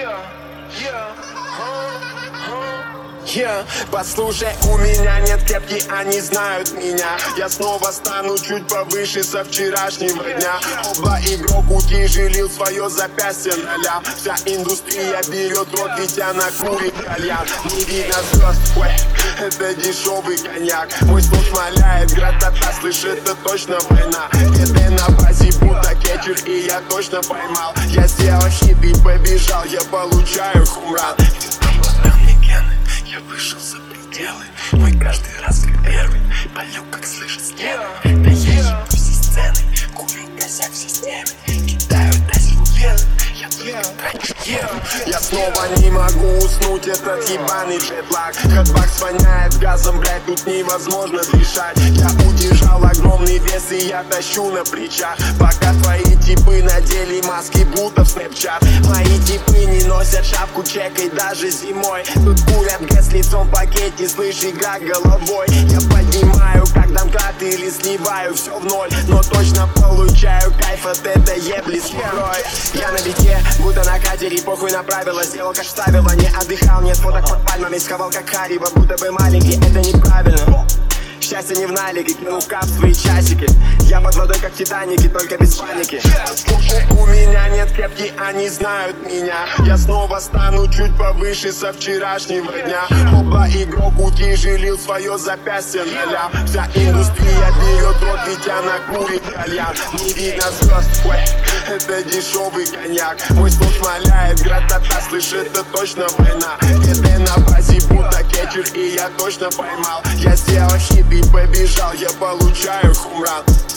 Послушай, у меня нет кепки, они знают меня. Я снова стану чуть повыше со вчерашнего дня. Оба игрок утяжелил свое запястье ноля. Вся индустрия берет рот, ведь она курит кальян. Не видно звезд, это дешевый коньяк. Мой слух шмаляет, гратата, слышь, это точно война. Где-то на базе будто кетчер, и я точно поймал. Я сделал хит и побежал, я получаю хумран. Я вышел за пределы, мой каждый раз как первый. Полю, как слышит стены. Да я ебу все сцены, курю косяк в системе. Кидаю тест в вены, я только трачу нервы. Я снова не могу уснуть, этот ебаный джетлаг. Хэтбакс воняет газом, блять, тут невозможно дышать. Я удержал огромный вес и я тащу на плечах. Пока твои типы надели маски, будто в снэпчат. Мои типы не носят шапку, чекай даже зимой. Тут курят гэс лицом в пакете, слышь, игра головой. Я поднимаю как домкрат или сливаю все в ноль. Но точно получаю кайф от этой ебли с игрой. Я на бите, будто на катере, похуй на правила. Сделал как ставила, не отдыхал, нет фоток под пальмами. Сховал как Хариба, будто бы маленький, это неправильно. Счастье не в налике, кинул в кап свои часики. Я под водой как Титаники, только без паники. Слушай, у меня нет кепки, они знают меня. Я снова стану чуть повыше со вчерашнего дня. Оба игрок утяжелил свое запястье ноля. Вся индустрия берет рот, ведь она курит кальян. Не видно звезд, это дешевый коньяк. Мой слух шмаляет, гратата, слышь, это точно война. Где-то на базе будто кетчер, и я точно поймал. Я сделал хит и побежал, я получаю хумран.